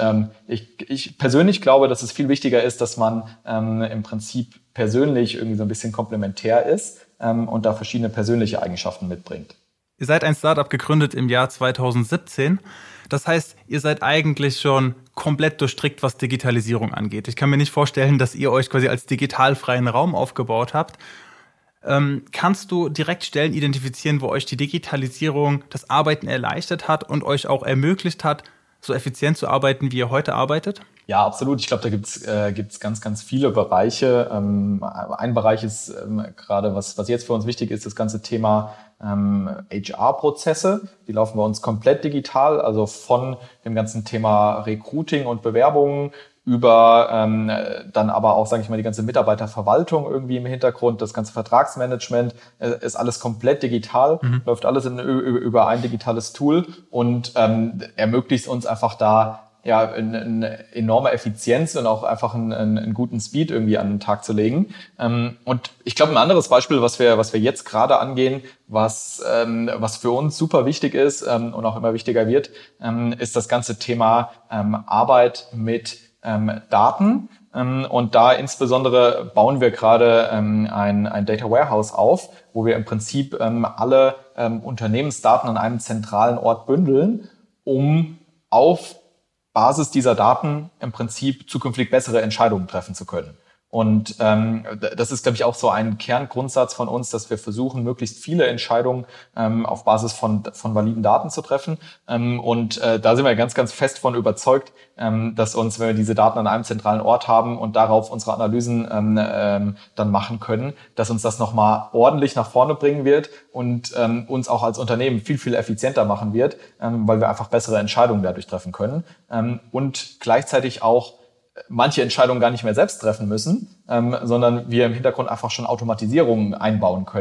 [SPEAKER 2] ich persönlich glaube, dass es viel wichtiger ist, dass man im Prinzip persönlich irgendwie so ein bisschen komplementär ist und da verschiedene persönliche Eigenschaften mitbringt.
[SPEAKER 3] Ihr seid ein Startup gegründet im Jahr 2017. Das heißt, ihr seid eigentlich schon komplett durchstrickt, was Digitalisierung angeht. Ich kann mir nicht vorstellen, dass ihr euch quasi als digitalfreien Raum aufgebaut habt. Kannst du direkt Stellen identifizieren, wo euch die Digitalisierung das Arbeiten erleichtert hat und euch auch ermöglicht hat, so effizient zu arbeiten, wie ihr heute arbeitet?
[SPEAKER 2] Ja, absolut. Ich glaube, da gibt's ganz, ganz viele Bereiche. Ein Bereich ist gerade, was jetzt für uns wichtig ist, das ganze Thema HR-Prozesse. Die laufen bei uns komplett digital, also von dem ganzen Thema Recruiting und Bewerbungen über dann aber auch, sage ich mal, die ganze Mitarbeiterverwaltung irgendwie im Hintergrund, das ganze Vertragsmanagement ist alles komplett digital, läuft alles über ein digitales Tool und ermöglicht uns einfach da ja eine enorme Effizienz und auch einfach einen guten Speed irgendwie an den Tag zu legen. Und ich glaube, ein anderes Beispiel, was wir jetzt gerade angehen, was für uns super wichtig ist und auch immer wichtiger wird, ist das ganze Thema Arbeit mit Daten. Und da insbesondere bauen wir gerade ein Data Warehouse auf, wo wir im Prinzip alle Unternehmensdaten an einem zentralen Ort bündeln, um auf Basis dieser Daten im Prinzip zukünftig bessere Entscheidungen treffen zu können. Und das ist, glaube ich, auch so ein Kerngrundsatz von uns, dass wir versuchen, möglichst viele Entscheidungen auf Basis von validen Daten zu treffen. Und da sind wir ganz, ganz fest von überzeugt, dass uns, wenn wir diese Daten an einem zentralen Ort haben und darauf unsere Analysen dann machen können, dass uns das nochmal ordentlich nach vorne bringen wird und uns auch als Unternehmen viel, viel effizienter machen wird, weil wir einfach bessere Entscheidungen dadurch treffen können. Und gleichzeitig auch manche Entscheidungen gar nicht mehr selbst treffen müssen, sondern wir im Hintergrund einfach schon Automatisierungen einbauen können.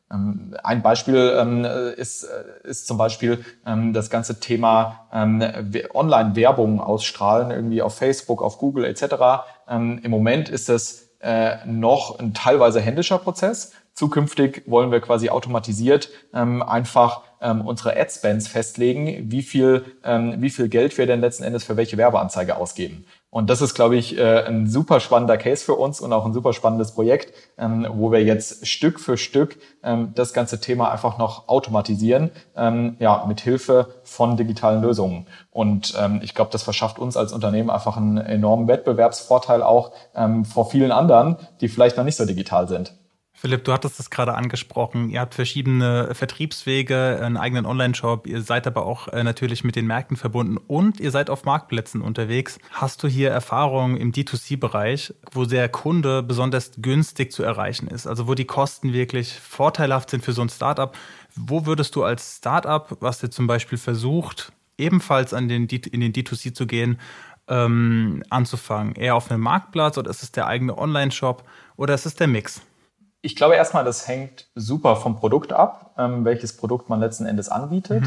[SPEAKER 2] Ein Beispiel ist zum Beispiel das ganze Thema Online-Werbung ausstrahlen, irgendwie auf Facebook, auf Google etc. Im Moment ist es noch ein teilweise händischer Prozess. Zukünftig wollen wir quasi automatisiert einfach unsere Ad-Spends festlegen, wie viel Geld wir denn letzten Endes für welche Werbeanzeige ausgeben. Und das ist, glaube ich, ein super spannender Case für uns und auch ein super spannendes Projekt, wo wir jetzt Stück für Stück das ganze Thema einfach noch automatisieren, mit Hilfe von digitalen Lösungen. Und ich glaube, das verschafft uns als Unternehmen einfach einen enormen Wettbewerbsvorteil auch vor vielen anderen, die vielleicht noch nicht so digital sind.
[SPEAKER 3] Philipp, du hattest es gerade angesprochen. Ihr habt verschiedene Vertriebswege, einen eigenen Online-Shop. Ihr seid aber auch natürlich mit den Märkten verbunden und ihr seid auf Marktplätzen unterwegs. Hast du hier Erfahrungen im D2C-Bereich, wo der Kunde besonders günstig zu erreichen ist? Also wo die Kosten wirklich vorteilhaft sind für so ein Startup? Wo würdest du als Startup, was ihr zum Beispiel versucht, ebenfalls in den D2C zu gehen, anzufangen? Eher auf einem Marktplatz oder ist es der eigene Online-Shop oder ist es der Mix?
[SPEAKER 2] Ich glaube erstmal, das hängt super vom Produkt ab, welches Produkt man letzten Endes anbietet.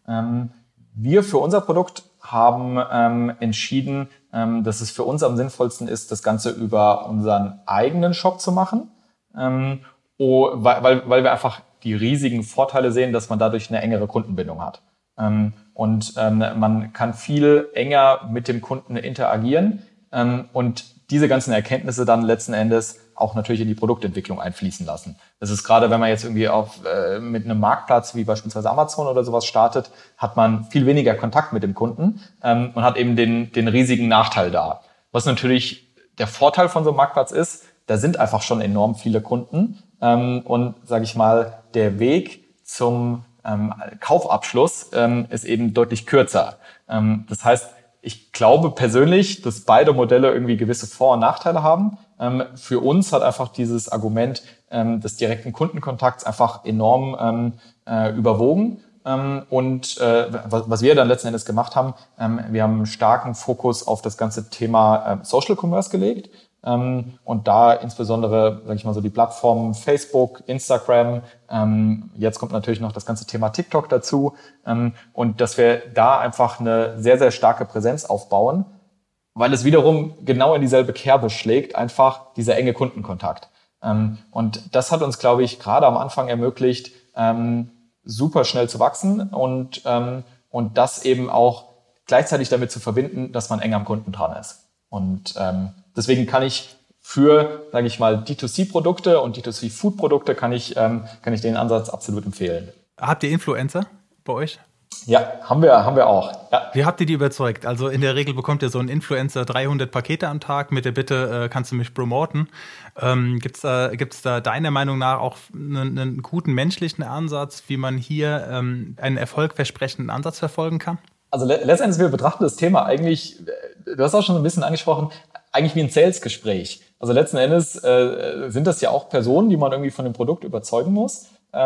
[SPEAKER 2] Wir für unser Produkt haben entschieden, dass es für uns am sinnvollsten ist, das Ganze über unseren eigenen Shop zu machen, weil wir einfach die riesigen Vorteile sehen, dass man dadurch eine engere Kundenbindung hat. Und man kann viel enger mit dem Kunden interagieren und diese ganzen Erkenntnisse dann letzten Endes auch natürlich in die Produktentwicklung einfließen lassen. Das ist gerade, wenn man jetzt irgendwie mit einem Marktplatz wie beispielsweise Amazon oder sowas startet, hat man viel weniger Kontakt mit dem Kunden und hat eben den riesigen Nachteil da. Was natürlich der Vorteil von so einem Marktplatz ist, da sind einfach schon enorm viele Kunden und, sage ich mal, der Weg zum Kaufabschluss ist eben deutlich kürzer. Das heißt, ich glaube persönlich, dass beide Modelle irgendwie gewisse Vor- und Nachteile haben. Für uns hat einfach dieses Argument des direkten Kundenkontakts einfach enorm überwogen. Was wir dann letzten Endes gemacht haben, wir haben einen starken Fokus auf das ganze Thema Social Commerce gelegt. Und da insbesondere, sage ich mal so, die Plattformen Facebook, Instagram, jetzt kommt natürlich noch das ganze Thema TikTok dazu, und dass wir da einfach eine sehr, sehr starke Präsenz aufbauen, weil es wiederum genau in dieselbe Kerbe schlägt, einfach dieser enge Kundenkontakt. Und das hat uns, glaube ich, gerade am Anfang ermöglicht, super schnell zu wachsen und das eben auch gleichzeitig damit zu verbinden, dass man eng am Kunden dran ist. Und deswegen kann ich für, sage ich mal, D2C-Produkte und D2C-Food-Produkte kann ich den Ansatz absolut empfehlen.
[SPEAKER 3] Habt ihr Influencer bei euch?
[SPEAKER 2] Ja, haben wir auch. Ja.
[SPEAKER 3] Wie habt ihr die überzeugt? Also in der Regel bekommt ihr so ein Influencer 300 Pakete am Tag mit der Bitte, kannst du mich promoten? Gibt's da deiner Meinung nach auch einen guten menschlichen Ansatz, wie man hier einen erfolgversprechenden Ansatz verfolgen kann?
[SPEAKER 2] Also letztendlich, wir betrachten das Thema eigentlich, du hast auch schon ein bisschen angesprochen, eigentlich wie ein Sales-Gespräch. Also letzten Endes sind das ja auch Personen, die man irgendwie von dem Produkt überzeugen muss,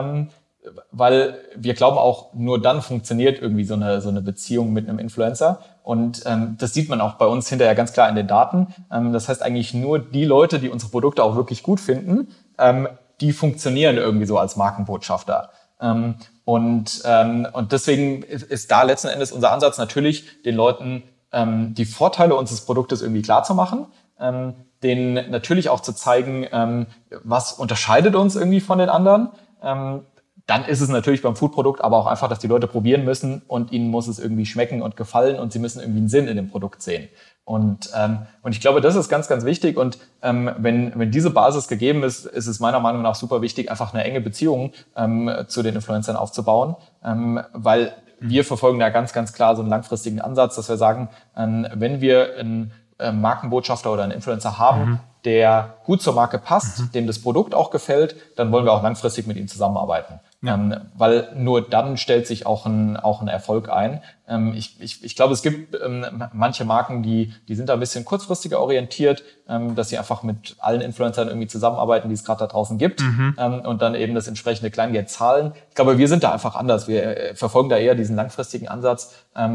[SPEAKER 2] weil wir glauben auch, nur dann funktioniert irgendwie so eine Beziehung mit einem Influencer. Und das sieht man auch bei uns hinterher ganz klar in den Daten. Das heißt eigentlich nur die Leute, die unsere Produkte auch wirklich gut finden, die funktionieren irgendwie so als Markenbotschafter. Und deswegen ist da letzten Endes unser Ansatz natürlich, den Leuten die Vorteile unseres Produktes irgendwie klar zu machen, denen natürlich auch zu zeigen, was unterscheidet uns irgendwie von den anderen. Dann ist es natürlich beim Foodprodukt aber auch einfach, dass die Leute probieren müssen und ihnen muss es irgendwie schmecken und gefallen und sie müssen irgendwie einen Sinn in dem Produkt sehen. Und ich glaube, das ist ganz, ganz wichtig. Und wenn diese Basis gegeben ist, ist es meiner Meinung nach super wichtig, einfach eine enge Beziehung zu den Influencern aufzubauen, weil wir verfolgen da ganz, ganz klar so einen langfristigen Ansatz, dass wir sagen, wenn wir einen Markenbotschafter oder einen Influencer haben, der gut zur Marke passt, dem das Produkt auch gefällt, dann wollen wir auch langfristig mit ihm zusammenarbeiten. Ja. Weil nur dann stellt sich auch ein Erfolg ein. Ich glaube, es gibt manche Marken, die sind da ein bisschen kurzfristiger orientiert, dass sie einfach mit allen Influencern irgendwie zusammenarbeiten, die es gerade da draußen gibt, und dann eben das entsprechende Kleingeld zahlen. Ich glaube, wir sind da einfach anders. Wir verfolgen da eher diesen langfristigen Ansatz,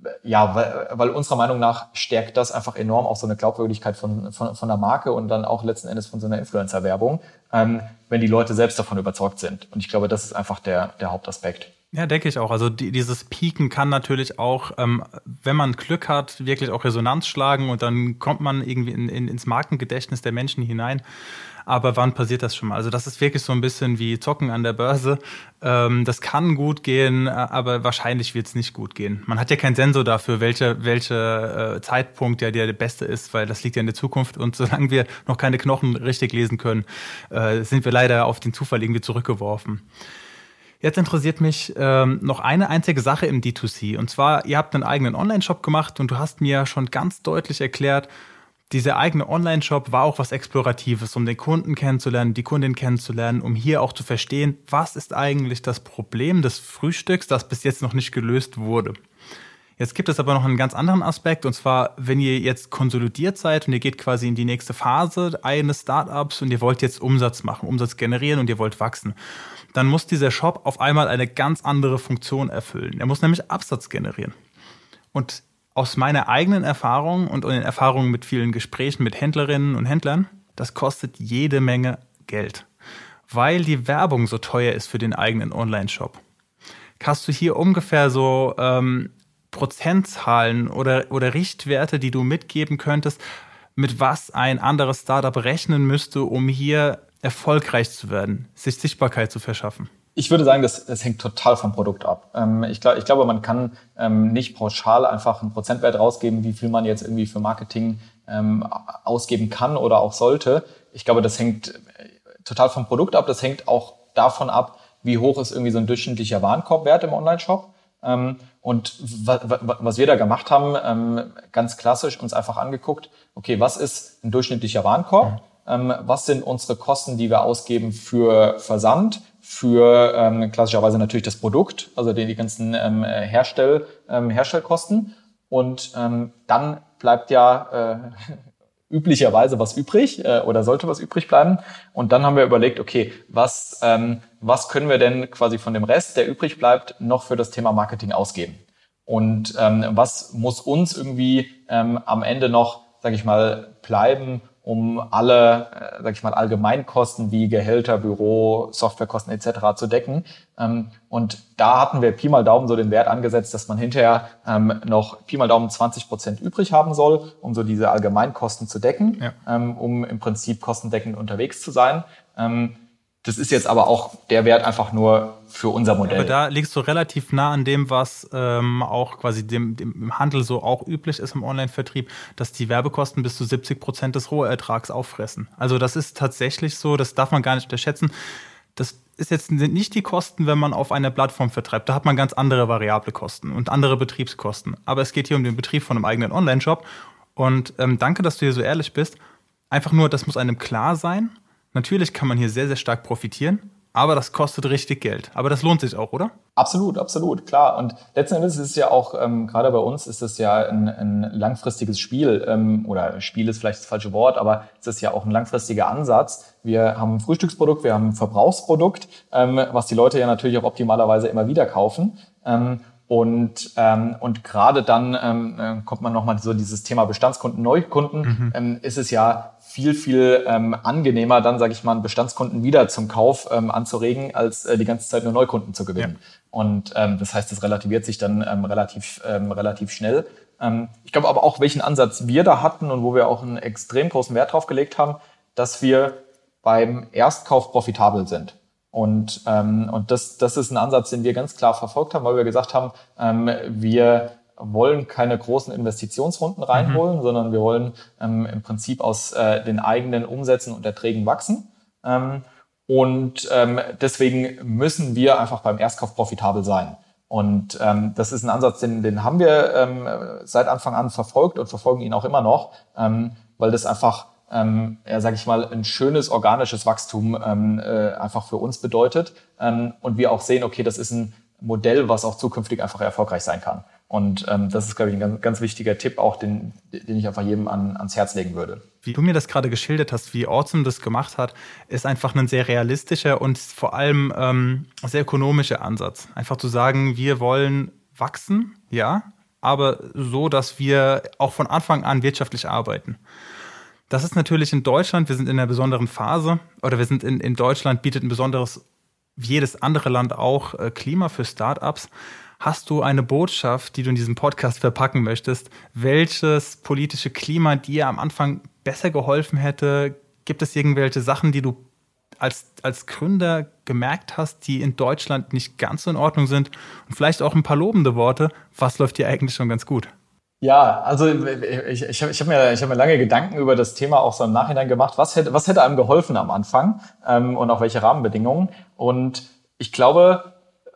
[SPEAKER 2] weil unserer Meinung nach stärkt das einfach enorm auch so eine Glaubwürdigkeit von der Marke und dann auch letzten Endes von so einer Influencer-Werbung, wenn die Leute selbst davon überzeugt sind. Und ich glaube, das ist einfach der Hauptaspekt.
[SPEAKER 3] Ja, denke ich auch. Also dieses Pieken kann natürlich auch, wenn man Glück hat, wirklich auch Resonanz schlagen und dann kommt man irgendwie ins Markengedächtnis der Menschen hinein. Aber wann passiert das schon mal? Also das ist wirklich so ein bisschen wie Zocken an der Börse. Das kann gut gehen, aber wahrscheinlich wird es nicht gut gehen. Man hat ja keinen Sensor dafür, welcher Zeitpunkt ja der beste ist, weil das liegt ja in der Zukunft. Und solange wir noch keine Knochen richtig lesen können, sind wir leider auf den Zufall irgendwie zurückgeworfen. Jetzt interessiert mich noch eine einzige Sache im D2C. Und zwar, ihr habt einen eigenen Online-Shop gemacht und du hast mir schon ganz deutlich erklärt, dieser eigene Online-Shop war auch was Exploratives, um den Kunden kennenzulernen, die Kundin kennenzulernen, um hier auch zu verstehen, was ist eigentlich das Problem des Frühstücks, das bis jetzt noch nicht gelöst wurde. Jetzt gibt es aber noch einen ganz anderen Aspekt, und zwar, wenn ihr jetzt konsolidiert seid und ihr geht quasi in die nächste Phase eines Startups und ihr wollt jetzt Umsatz machen, Umsatz generieren und ihr wollt wachsen, dann muss dieser Shop auf einmal eine ganz andere Funktion erfüllen. Er muss nämlich Absatz generieren. Und aus meiner eigenen Erfahrung und den Erfahrungen mit vielen Gesprächen mit Händlerinnen und Händlern, das kostet jede Menge Geld, weil die Werbung so teuer ist für den eigenen Online-Shop. Hast du hier ungefähr so Prozentzahlen oder Richtwerte, die du mitgeben könntest, mit was ein anderes Startup rechnen müsste, um hier erfolgreich zu werden, sich Sichtbarkeit zu verschaffen?
[SPEAKER 2] Ich würde sagen, das hängt total vom Produkt ab. Ich glaube, man kann nicht pauschal einfach einen Prozentwert rausgeben, wie viel man jetzt irgendwie für Marketing ausgeben kann oder auch sollte. Ich glaube, das hängt total vom Produkt ab. Das hängt auch davon ab, wie hoch ist irgendwie so ein durchschnittlicher Warenkorbwert im Onlineshop. Und was wir da gemacht haben, ganz klassisch uns einfach angeguckt, okay, was ist ein durchschnittlicher Warenkorb? Was sind unsere Kosten, die wir ausgeben für Versand, für klassischerweise natürlich das Produkt, also die ganzen Herstellkosten. Und dann bleibt ja üblicherweise was übrig oder sollte was übrig bleiben. Und dann haben wir überlegt, okay, was können wir denn quasi von dem Rest, der übrig bleibt, noch für das Thema Marketing ausgeben? Und was muss uns irgendwie am Ende noch, sage ich mal, bleiben, um alle, sag ich mal, Allgemeinkosten wie Gehälter, Büro, Softwarekosten etc. zu decken. Und da hatten wir Pi mal Daumen so den Wert angesetzt, dass man hinterher noch Pi mal Daumen 20% übrig haben soll, um so diese Allgemeinkosten zu decken, ja. Um im Prinzip kostendeckend unterwegs zu sein. Das ist jetzt aber auch der Wert einfach nur für unser Modell.
[SPEAKER 3] Aber da liegst du relativ nah an dem, was auch quasi dem Handel so auch üblich ist im Online-Vertrieb, dass die Werbekosten bis zu 70% des Rohertrags auffressen. Also das ist tatsächlich so, das darf man gar nicht unterschätzen. Das ist jetzt nicht die Kosten, wenn man auf einer Plattform vertreibt. Da hat man ganz andere variable Kosten und andere Betriebskosten. Aber es geht hier um den Betrieb von einem eigenen Online-Shop. Und danke, dass du hier so ehrlich bist. Einfach nur, das muss einem klar sein. Natürlich kann man hier sehr, sehr stark profitieren, aber das kostet richtig Geld. Aber das lohnt sich auch, oder?
[SPEAKER 2] Absolut, absolut, klar. Und letzten Endes ist es ja auch, gerade bei uns ist es ja ein langfristiges Spiel, oder Spiel ist vielleicht das falsche Wort, aber es ist ja auch ein langfristiger Ansatz. Wir haben ein Frühstücksprodukt, wir haben ein Verbrauchsprodukt, was die Leute ja natürlich auch optimalerweise immer wieder kaufen. Und gerade dann kommt man nochmal so dieses Thema Bestandskunden, Neukunden, ist es ja viel angenehmer, dann, sage ich mal, einen Bestandskunden wieder zum Kauf anzuregen, als die ganze Zeit nur Neukunden zu gewinnen. Ja. Und das heißt, das relativiert sich dann relativ schnell. Ich glaube aber auch, welchen Ansatz wir da hatten und wo wir auch einen extrem großen Wert drauf gelegt haben, dass wir beim Erstkauf profitabel sind. Und das ist ein Ansatz, den wir ganz klar verfolgt haben, weil wir gesagt haben, wir wollen keine großen Investitionsrunden reinholen, sondern wir wollen im Prinzip aus den eigenen Umsätzen und Erträgen wachsen. Deswegen müssen wir einfach beim Erstkauf profitabel sein. Und das ist ein Ansatz, den haben wir seit Anfang an verfolgt und verfolgen ihn auch immer noch, weil das einfach sage ich mal, ein schönes organisches Wachstum einfach für uns bedeutet und wir auch sehen, okay, das ist ein Modell, was auch zukünftig einfach erfolgreich sein kann. Und das ist, glaube ich, ein ganz, ganz wichtiger Tipp auch, den ich einfach jedem ans Herz legen würde.
[SPEAKER 3] Wie du mir das gerade geschildert hast, wie Awesome das gemacht hat, ist einfach ein sehr realistischer und vor allem sehr ökonomischer Ansatz. Einfach zu sagen, wir wollen wachsen, ja, aber so, dass wir auch von Anfang an wirtschaftlich arbeiten. Das ist natürlich in Deutschland, wir sind in einer besonderen Phase, oder wir sind in Deutschland, bietet ein besonderes, wie jedes andere Land auch, Klima für Startups. Hast du eine Botschaft, die du in diesem Podcast verpacken möchtest? Welches politische Klima dir am Anfang besser geholfen hätte? Gibt es irgendwelche Sachen, die du als Gründer gemerkt hast, die in Deutschland nicht ganz so in Ordnung sind? Und vielleicht auch ein paar lobende Worte. Was läuft dir eigentlich schon ganz gut?
[SPEAKER 2] Ja, also ich hab mir lange Gedanken über das Thema auch so im Nachhinein gemacht. Was hätte einem geholfen am Anfang und auch welche Rahmenbedingungen? Und ich glaube,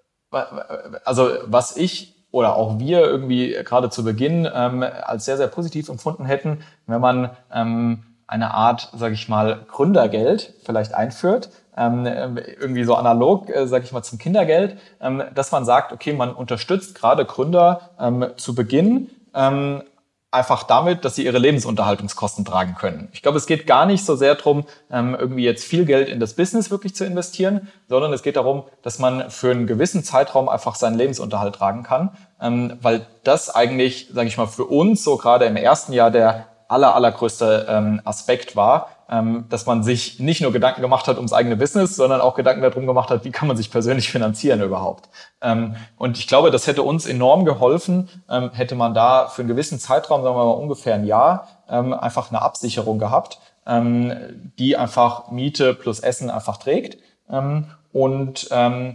[SPEAKER 2] also was ich oder auch wir irgendwie gerade zu Beginn als sehr, sehr positiv empfunden hätten, wenn man eine Art, sage ich mal, Gründergeld vielleicht einführt, irgendwie so analog, sage ich mal, zum Kindergeld, dass man sagt, okay, man unterstützt gerade Gründer zu Beginn einfach damit, dass sie ihre Lebensunterhaltungskosten tragen können. Ich glaube, es geht gar nicht so sehr darum, irgendwie jetzt viel Geld in das Business wirklich zu investieren, sondern es geht darum, dass man für einen gewissen Zeitraum einfach seinen Lebensunterhalt tragen kann, weil das eigentlich, sage ich mal, für uns so gerade im ersten Jahr der allergrößte Aspekt war, dass man sich nicht nur Gedanken gemacht hat ums eigene Business, sondern auch Gedanken darum gemacht hat, wie kann man sich persönlich finanzieren überhaupt. Und ich glaube, das hätte uns enorm geholfen, hätte man da für einen gewissen Zeitraum, sagen wir mal ungefähr ein Jahr, einfach eine Absicherung gehabt, die einfach Miete plus Essen einfach trägt und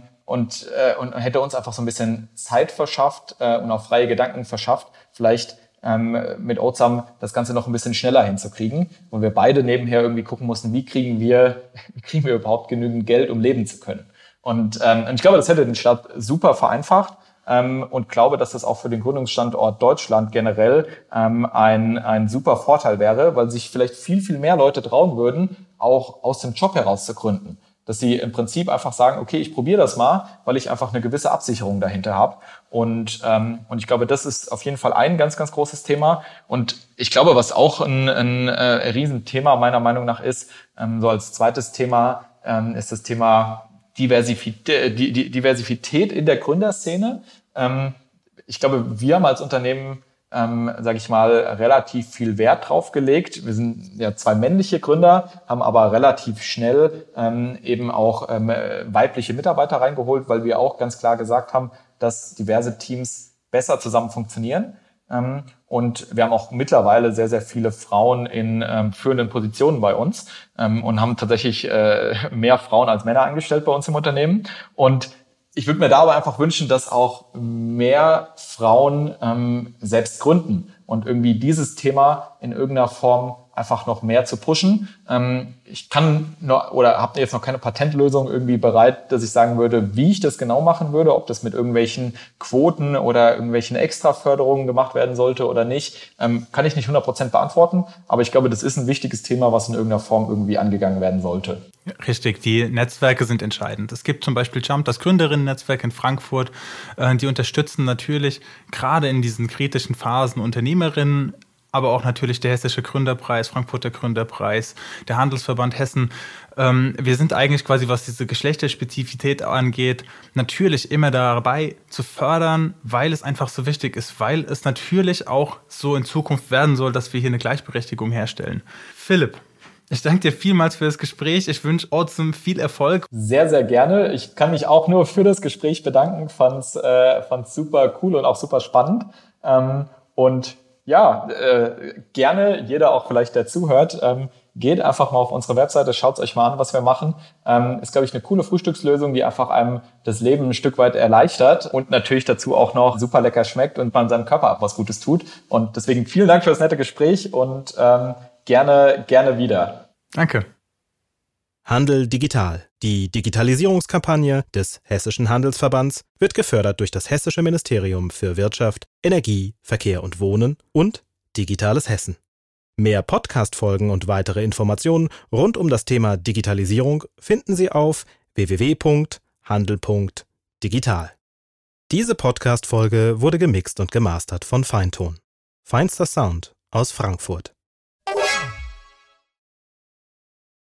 [SPEAKER 2] hätte uns einfach so ein bisschen Zeit verschafft und auch freie Gedanken verschafft, vielleicht mit Oatsum das Ganze noch ein bisschen schneller hinzukriegen, wo wir beide nebenher irgendwie gucken mussten, wie kriegen wir überhaupt genügend Geld, um leben zu können. Und ich glaube, das hätte den Start super vereinfacht und glaube, dass das auch für den Gründungsstandort Deutschland generell ein super Vorteil wäre, weil sich vielleicht viel, viel mehr Leute trauen würden, auch aus dem Job heraus zu gründen. Dass sie im Prinzip einfach sagen, okay, ich probiere das mal, weil ich einfach eine gewisse Absicherung dahinter habe. Und ich glaube, das ist auf jeden Fall ein ganz, ganz großes Thema. Und ich glaube, was auch ein Riesenthema meiner Meinung nach ist, so als zweites Thema, ist das Thema Diversität in der Gründerszene. Ich glaube, wir haben als Unternehmen sage ich mal, relativ viel Wert drauf gelegt. Wir sind ja 2 männliche Gründer, haben aber relativ schnell eben auch weibliche Mitarbeiter reingeholt, weil wir auch ganz klar gesagt haben, dass diverse Teams besser zusammen funktionieren. Und wir haben auch mittlerweile sehr, sehr viele Frauen in führenden Positionen bei uns und haben tatsächlich mehr Frauen als Männer eingestellt bei uns im Unternehmen. Und ich würde mir da aber einfach wünschen, dass auch mehr Frauen selbst gründen und irgendwie dieses Thema in irgendeiner Form einfach noch mehr zu pushen. Ich kann noch oder habe jetzt noch keine Patentlösung irgendwie bereit, dass ich sagen würde, wie ich das genau machen würde, ob das mit irgendwelchen Quoten oder irgendwelchen Extraförderungen gemacht werden sollte oder nicht, kann ich nicht 100% beantworten. Aber ich glaube, das ist ein wichtiges Thema, was in irgendeiner Form irgendwie angegangen werden sollte.
[SPEAKER 3] Richtig, die Netzwerke sind entscheidend. Es gibt zum Beispiel Jump, das Gründerinnen-Netzwerk in Frankfurt. Die unterstützen natürlich gerade in diesen kritischen Phasen Unternehmerinnen, aber auch natürlich der Hessische Gründerpreis, Frankfurter Gründerpreis, der Handelsverband Hessen. Wir sind eigentlich quasi, was diese Geschlechterspezifität angeht, natürlich immer dabei zu fördern, weil es einfach so wichtig ist, weil es natürlich auch so in Zukunft werden soll, dass wir hier eine Gleichberechtigung herstellen. Philipp, ich danke dir vielmals für das Gespräch. Ich wünsche Oatsum viel Erfolg.
[SPEAKER 2] Sehr, sehr gerne. Ich kann mich auch nur für das Gespräch bedanken. Fand's super cool und auch super spannend. Und ja, gerne jeder auch vielleicht, der zuhört, geht einfach mal auf unsere Webseite, schaut euch mal an, was wir machen. Ist, glaube ich, eine coole Frühstückslösung, die einfach einem das Leben ein Stück weit erleichtert und natürlich dazu auch noch super lecker schmeckt und man seinem Körper auch was Gutes tut. Und deswegen vielen Dank für das nette Gespräch und gerne wieder.
[SPEAKER 3] Danke.
[SPEAKER 1] Handel digital. Die Digitalisierungskampagne des Hessischen Handelsverbands wird gefördert durch das Hessische Ministerium für Wirtschaft, Energie, Verkehr und Wohnen und Digitales Hessen. Mehr Podcast-Folgen und weitere Informationen rund um das Thema Digitalisierung finden Sie auf www.handel.digital. Diese Podcast-Folge wurde gemixt und gemastert von Feinton. Feinster Sound aus Frankfurt.